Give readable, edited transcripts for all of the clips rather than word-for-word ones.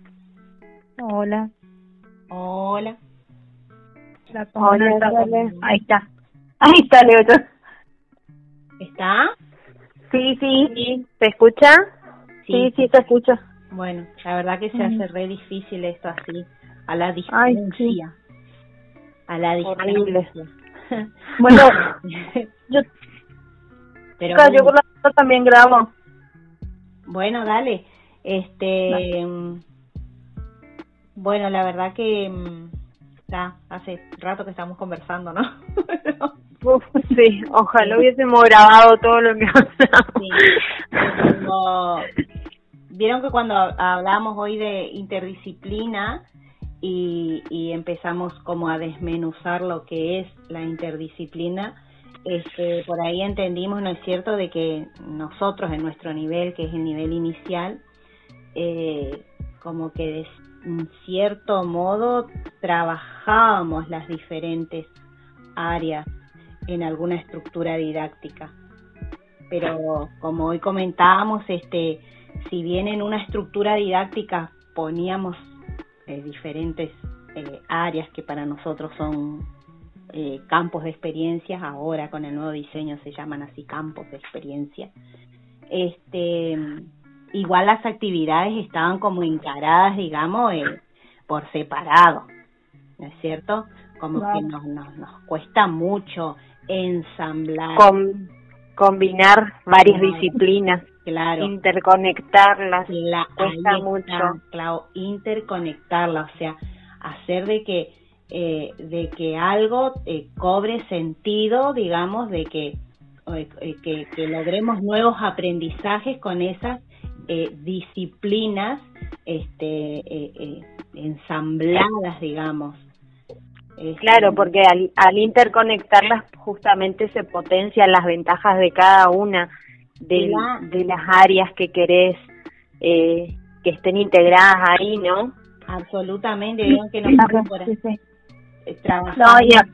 Hola. Hola. Hola, dale. Ahí está. Ahí está, Leo. ¿Está? Sí. ¿Te escucha? Sí, te escucho. Bueno, la verdad que se hace re difícil esto así, a la Ay, distancia. sí. A la Horrible. distancia. Bueno, yo Pero por la foto también grabo. bueno, dale. Bueno, la verdad que hace rato que estamos conversando, ¿no? Sí, ojalá hubiésemos grabado todo lo que hablamos. Sí. Vieron que cuando hablamos hoy de interdisciplina y empezamos como a desmenuzar lo que es la interdisciplina, por ahí entendimos, ¿no es cierto?, de que nosotros en nuestro nivel, que es el nivel inicial, como que de un cierto modo trabajábamos las diferentes áreas en alguna estructura didáctica. Pero como hoy comentábamos, si bien en una estructura didáctica poníamos diferentes áreas que para nosotros son campos de experiencias, ahora con el nuevo diseño se llaman así campos de experiencia, igual las actividades estaban como encaradas, digamos, por separado, ¿no es cierto? Como claro, que nos cuesta mucho ensamblar, combinar varias disciplinas, claro, interconectarlas, cuesta mucho. Claro, interconectarlas, o sea, hacer de que algo cobre sentido, digamos, de que logremos nuevos aprendizajes con esas disciplinas ensambladas, digamos. Claro, porque al interconectarlas justamente se potencian las ventajas de cada una de las áreas que querés que estén integradas ahí, ¿no? Absolutamente, digo que nosotros por ahí trabajamos. No, ya.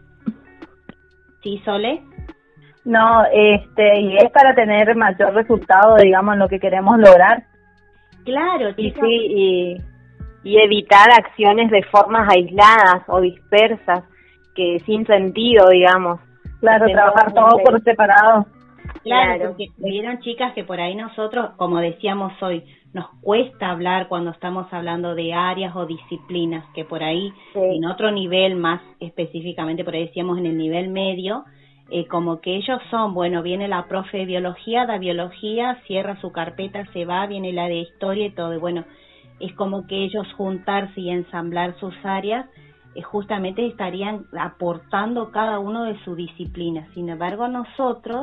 ¿Sí, Sole? No, y es para tener mayor resultado, digamos, en lo que queremos lograr. Claro, chicas. Y evitar acciones de formas aisladas o dispersas, que sin sentido, digamos. Claro, trabajar todo por separado. Claro, porque vieron, chicas, que por ahí nosotros, como decíamos hoy, nos cuesta hablar cuando estamos hablando de áreas o disciplinas, que por ahí, en otro nivel más específicamente, por ahí decíamos en el nivel medio, como que ellos son, bueno, viene la profe de biología, da biología, cierra su carpeta, se va, viene la de historia y todo, y bueno, es como que ellos juntarse y ensamblar sus áreas, justamente estarían aportando cada uno de su disciplina. Sin embargo, nosotros,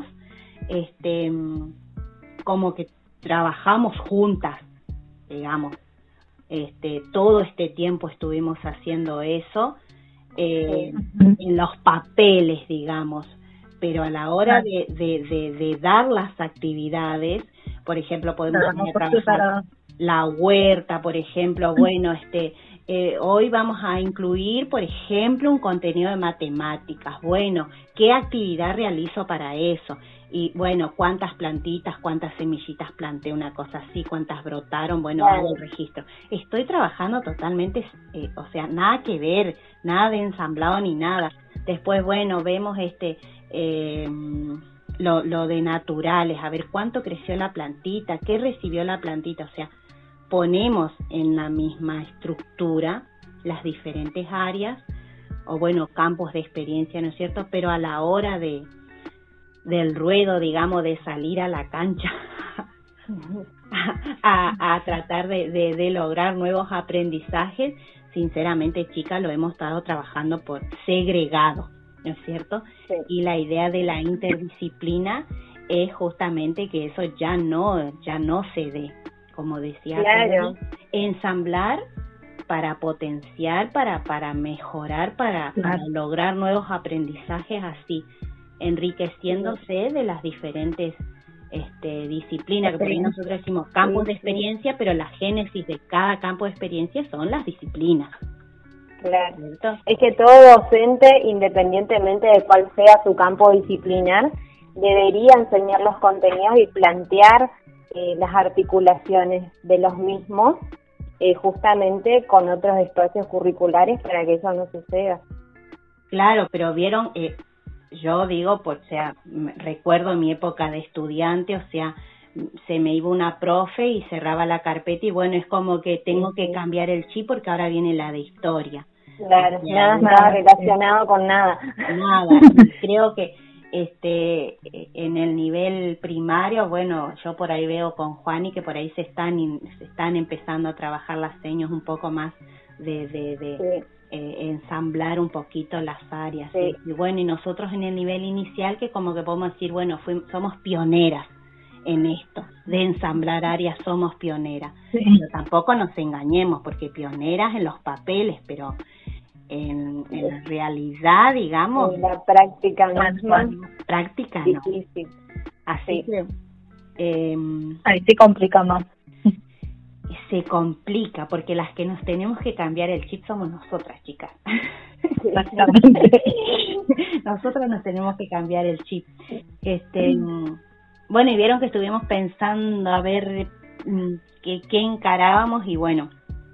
como que trabajamos juntas, digamos, todo este tiempo estuvimos haciendo eso, en los papeles, digamos, pero a la hora de dar las actividades, por ejemplo, podemos trabajar la huerta, por ejemplo, bueno, hoy vamos a incluir, por ejemplo, un contenido de matemáticas. Bueno, ¿qué actividad realizo para eso? Y bueno, ¿cuántas plantitas, cuántas semillitas planté? Una cosa así, ¿cuántas brotaron? Bueno, hago el registro. Estoy trabajando totalmente, o sea, nada que ver, nada de ensamblado ni nada. Después, bueno, vemos lo de naturales, a ver cuánto creció la plantita, qué recibió la plantita, o sea, ponemos en la misma estructura las diferentes áreas o bueno, campos de experiencia, ¿no es cierto? Pero a la hora del ruedo, digamos, de salir a la cancha a tratar de lograr nuevos aprendizajes, sinceramente, chicas, lo hemos estado trabajando por segregado, ¿no es cierto? Sí. Y la idea de la interdisciplina es justamente que eso ya no se dé, como decía, claro, ensamblar para potenciar, para mejorar, para lograr nuevos aprendizajes así, enriqueciéndose de las diferentes disciplinas, que por ahí nosotros decimos campos de experiencia, pero la génesis de cada campo de experiencia son las disciplinas. Claro. ¿Cierto? Es que todo docente, independientemente de cuál sea su campo disciplinar, debería enseñar los contenidos y plantear las articulaciones de los mismos justamente con otros espacios curriculares para que eso no suceda. Claro, pero vieron, yo digo, pues, o sea, recuerdo mi época de estudiante, o sea, se me iba una profe y cerraba la carpeta y bueno, es como que tengo que cambiar el chip porque ahora viene la de historia. Claro, nada relacionado con nada. Nada, creo que en el nivel primario, bueno, yo por ahí veo con Juani que por ahí se están empezando a trabajar las señas un poco más de ensamblar un poquito las áreas. Sí. Y bueno, y nosotros en el nivel inicial que como que podemos decir, bueno, somos pioneras en esto, de ensamblar áreas somos pioneras. Sí. Pero tampoco nos engañemos, porque pioneras en los papeles, pero en la realidad, digamos, en la práctica más práctica difícil. No. Así que ahí se complica más. Se complica porque las que nos tenemos que cambiar el chip somos nosotras, chicas. Exactamente. Nosotras nos tenemos que cambiar el chip. Bueno, y vieron que estuvimos pensando a ver qué encarábamos y bueno,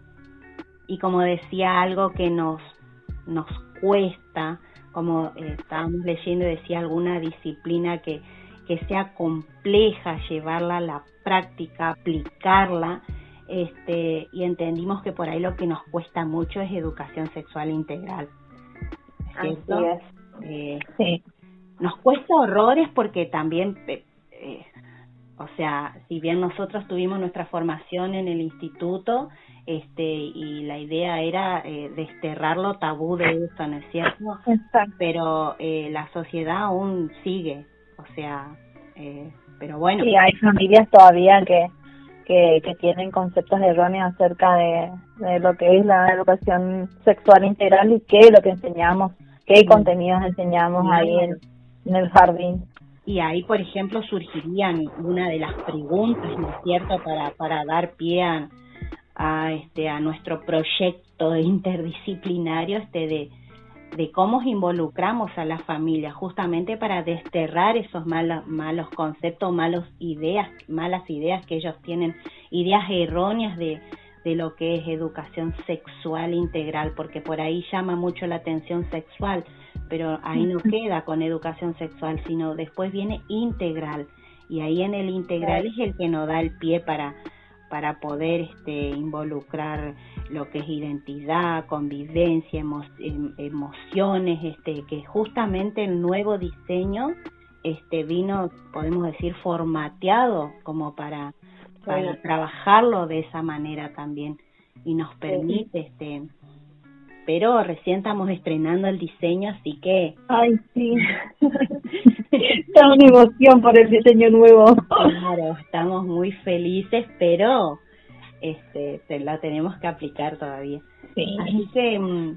y como decía, algo que nos cuesta, como estábamos leyendo, decía alguna disciplina que sea compleja llevarla a la práctica, aplicarla, y entendimos que por ahí lo que nos cuesta mucho es educación sexual integral, ¿cierto? Así es. Sí. Nos cuesta horrores porque también, o sea, si bien nosotros tuvimos nuestra formación en el instituto, y la idea era desterrar lo tabú de eso, ¿no es cierto? Exacto. Pero la sociedad aún sigue, o sea, pero bueno. Sí, hay familias todavía que tienen conceptos erróneos acerca de lo que es la educación sexual integral y qué es lo que enseñamos, qué contenidos enseñamos ahí en el jardín. Y ahí, por ejemplo, surgirían una de las preguntas, ¿no es cierto?, para dar pie a nuestro proyecto interdisciplinario de cómo involucramos a las familias justamente para desterrar esos malos conceptos, malas ideas que ellos tienen, ideas erróneas de lo que es educación sexual integral, porque por ahí llama mucho la atención sexual, pero ahí no queda con educación sexual, sino después viene integral, y ahí en el integral es el que nos da el pie para poder involucrar lo que es identidad, convivencia, emociones, que justamente el nuevo diseño vino, podemos decir, formateado como para trabajarlo de esa manera también, y nos permite pero recién estamos estrenando el diseño, así que ay, sí. Está una emoción por el diseño nuevo. Claro, estamos muy felices, pero la tenemos que aplicar todavía. Sí. Así que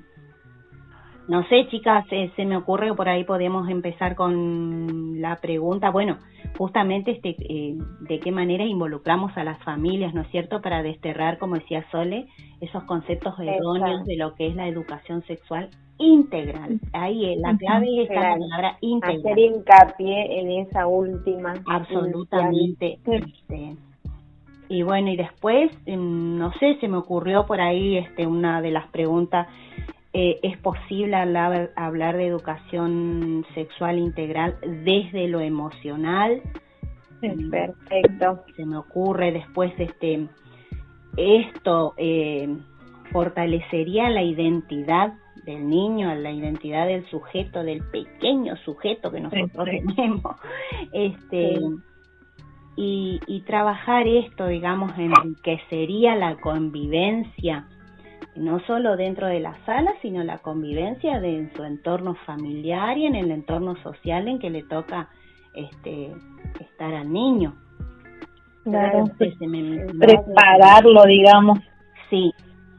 no sé, chicas, se me ocurre que por ahí podemos empezar con la pregunta, bueno, justamente de qué manera involucramos a las familias, ¿no es cierto?, para desterrar, como decía Sole, esos conceptos erróneos de lo que es la educación sexual integral. Ahí la clave es la palabra integral. Hacer hincapié en esa última. Absolutamente. Y bueno, y después, no sé, se me ocurrió por ahí una de las preguntas, ¿es posible hablar de educación sexual integral desde lo emocional? Perfecto. Se me ocurre después, esto fortalecería la identidad del niño, la identidad del sujeto, del pequeño sujeto que nosotros tenemos, y trabajar esto, digamos, enriquecería la convivencia, no solo dentro de la sala, sino la convivencia en su entorno familiar y en el entorno social en que le toca estar al niño. Claro, prepararlo, digamos. Sí.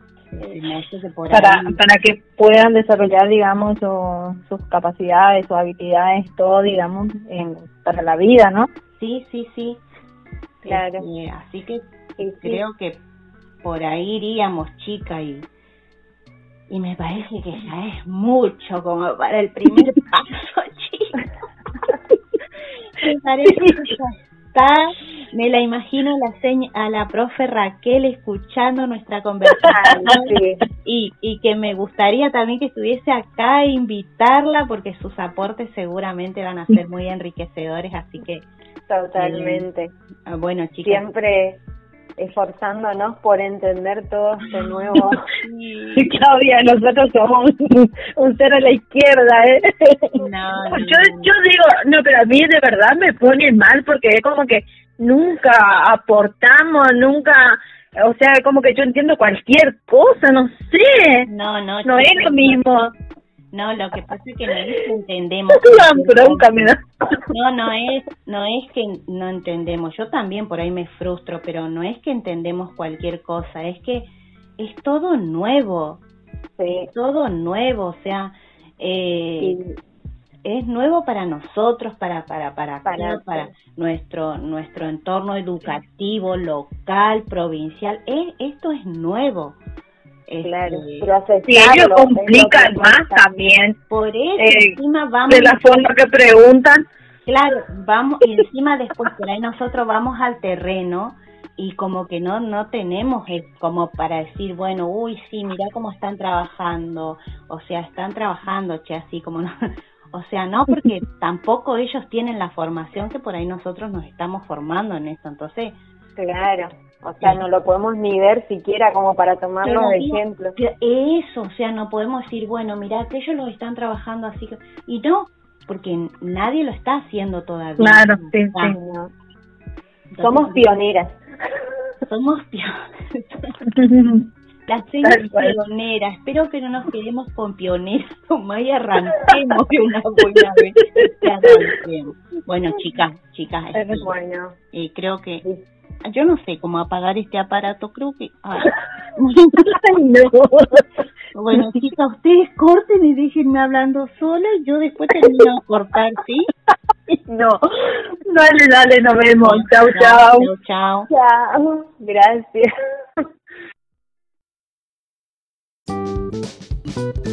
Para que puedan desarrollar, digamos, sus capacidades, sus habilidades, todo, digamos, para la vida, ¿no? Sí. Claro. Así que creo que por ahí iríamos, chica, y me parece que ya es mucho como para el primer paso, chica. Me parece que ya está, Me la imagino a la profe Raquel escuchando nuestra conversación y que me gustaría también que estuviese acá e invitarla porque sus aportes seguramente van a ser muy enriquecedores, así que... Totalmente. Bueno, chicas. Siempre esforzándonos por entender todo esto nuevo. Sí, Claudia, nosotros somos un cero a la izquierda, No, yo digo, no, pero a mí de verdad me pone mal porque es como que nunca aportamos, nunca, o sea, como que yo entiendo cualquier cosa, no sé. No chicos, es lo mismo. No, lo que pasa es que no es que entendemos. Bronca me da. No es que no entendemos. Yo también por ahí me frustro, pero no es que entendemos cualquier cosa, es que es todo nuevo. Sí. Es todo nuevo, o sea, es nuevo para nosotros, para nuestro entorno educativo, local, provincial. Esto es nuevo. Claro, pero ellos complican más también. Por eso encima vamos de la forma que preguntan. Claro, vamos y encima después por ahí nosotros vamos al terreno y como que no tenemos como para decir, bueno, uy, sí, mira cómo están trabajando, o sea, están trabajando, che, así como no, o sea, no, porque tampoco ellos tienen la formación que por ahí nosotros nos estamos formando en esto, entonces. Claro. O sea, no lo podemos ni ver siquiera como para tomarlo de ejemplo. Eso, o sea, no podemos decir, bueno, mirá, que ellos lo están trabajando así. Y no, porque nadie lo está haciendo todavía. Claro, sí. No. Entonces, somos pioneras. Somos pioneras. Las pioneras. Espero que no nos quedemos con pioneras, nomás y arranquemos de una buena vez. Bueno, chicas. Bueno. Creo que... Yo no sé cómo apagar este aparato, creo que... Ay. No. Bueno, chicas, ustedes corten y déjenme hablando sola y yo después termino de cortar, ¿sí? No. Dale, nos vemos. Chau. Chao. Chao. Gracias.